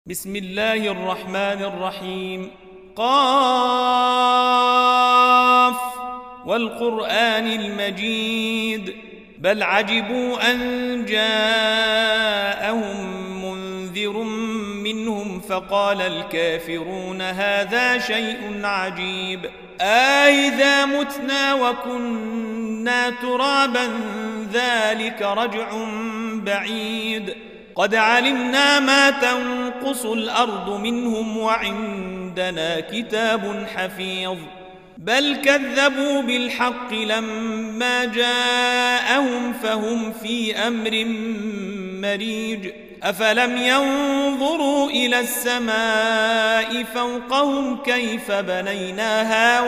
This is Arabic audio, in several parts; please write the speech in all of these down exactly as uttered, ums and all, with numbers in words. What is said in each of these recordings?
بسم الله الرحمن الرحيم. قاف والقرآن المجيد بل عجبوا أن جاءهم منذر منهم فقال الكافرون هذا شيء عجيب أإذا متنا وكنا ترابا ذلك رجع بعيد قد علمنا ما تنقص الأرض منهم وعندنا كتاب حفيظ بل كذبوا بالحق لما جاءهم فهم في أمر مريج أفلم ينظروا إلى السماء فوقهم كيف بنيناها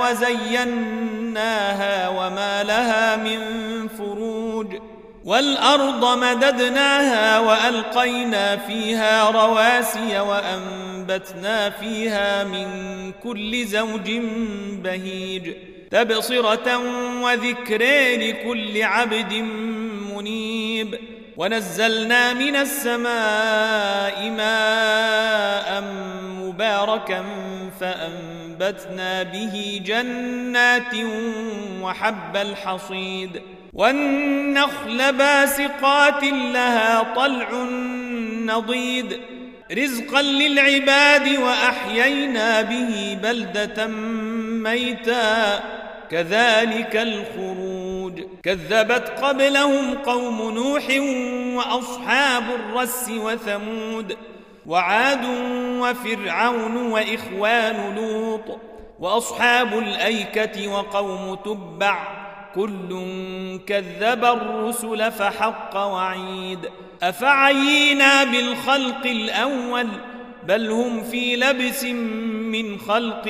وزيناها وما لها من فروج والأرض مددناها وألقينا فيها رواسي وأنبتنا فيها من كل زوج بهيج تبصرة وذكر لكل عبد منيب ونزلنا من السماء ماء مباركا فأنبتنا به جنات وحب الحصيد والنخل باسقات لها طلع نضيد رزقا للعباد وأحيينا به بلدة ميتا كذلك الخروج كذبت قبلهم قوم نوح وأصحاب الرس وثمود وعاد وفرعون وإخوان لوط وأصحاب الأيكة وقوم تبع كل كذب الرسل فحق وعيد أفعينا بالخلق الأول بل هم في لبس من خلق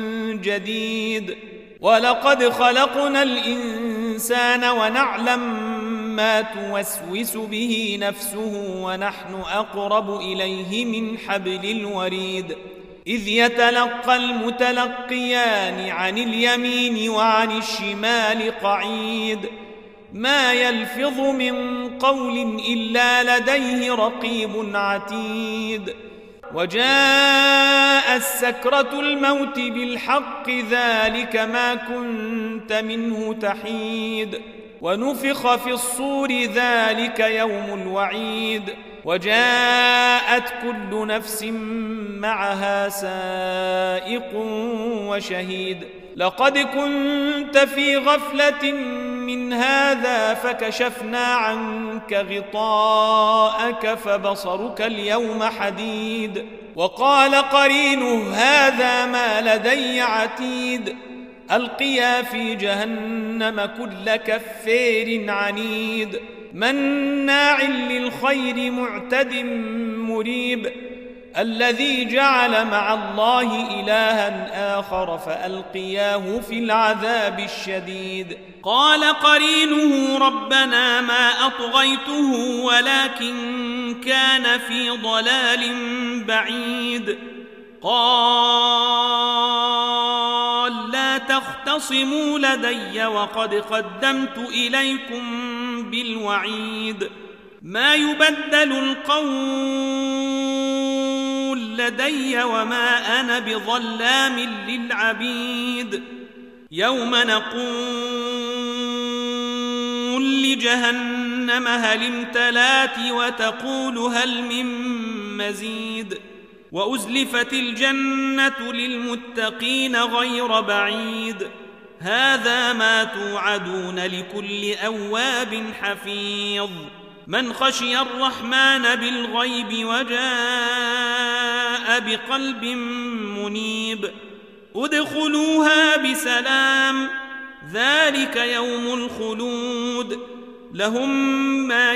جديد ولقد خلقنا الإنسان ونعلم ما توسوس به نفسه ونحن أقرب إليه من حبل الوريد إذ يتلقى المتلقيان عن اليمين وعن الشمال قعيد ما يلفظ من قول إلا لديه رقيب عتيد وجاء السكرة الموت بالحق ذلك ما كنت منه تحيد ونفخ في الصور ذلك يوم الوعيد وجاءت كل نفس معها سائق وشهيد لقد كنت في غفلة من هذا فكشفنا عنك غطاءك فبصرك اليوم حديد وقال قرينه هذا ما لدي عتيد ألقيا في جهنم كل كفير عنيد مناع للخير معتد مريب الذي جعل مع الله إلها آخر فألقياه في العذاب الشديد قال قرينه ربنا ما أطغيته ولكن كان في ضلال بعيد قال لا تختصموا لدي وقد قدمت إليكم بالوعيد ما يبدل القول لدي وما أنا بظلام للعبيد يوم نقول لجهنم هل امتلات وتقول هل من مزيد وأزلفت الجنة للمتقين غير بعيد هذا ما توعدون لكل أواب حفيظ من خشي الرحمن بالغيب وجاء بقلب منيب ادخلوها بسلام ذلك يوم الخلود لهم ما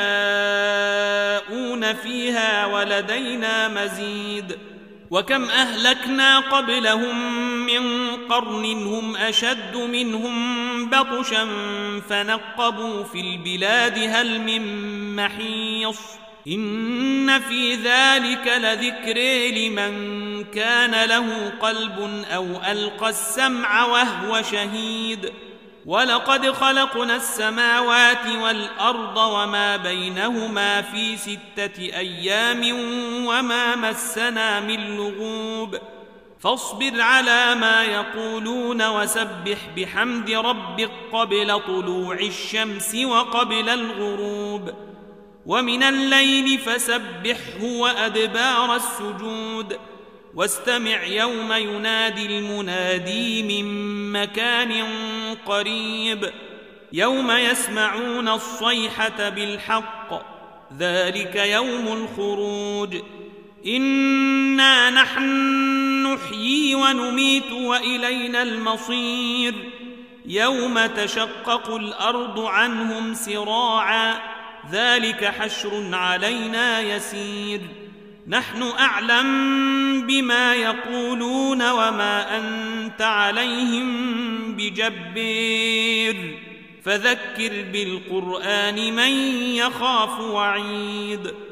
يشاءون فيها ولدينا مزيد وكم أهلكنا قبلهم من قرن هم أشد منهم بطشا فنقبوا في البلاد هل من محيص إن في ذلك لذكر لمن كان له قلب أو ألقى السمع وهو شهيد ولقد خلقنا السماوات والأرض وما بينهما في ستة أيام وما مسنا من لغوب فاصبر على ما يقولون وسبح بحمد ربك قبل طلوع الشمس وقبل الغروب ومن الليل فسبحه وأدبار السجود واستمع يوم ينادي المنادي من مكان قريب يوم يسمعون الصيحة بالحق ذلك يوم الخروج إنا نحن نحيي ونميت وإلينا المصير يوم تشقق الأرض عنهم سراعا ذلك حشر علينا يسير نحن أعلم بما يقولون وما أنت عليهم بجبير فذكر بالقرآن من يخاف وعيد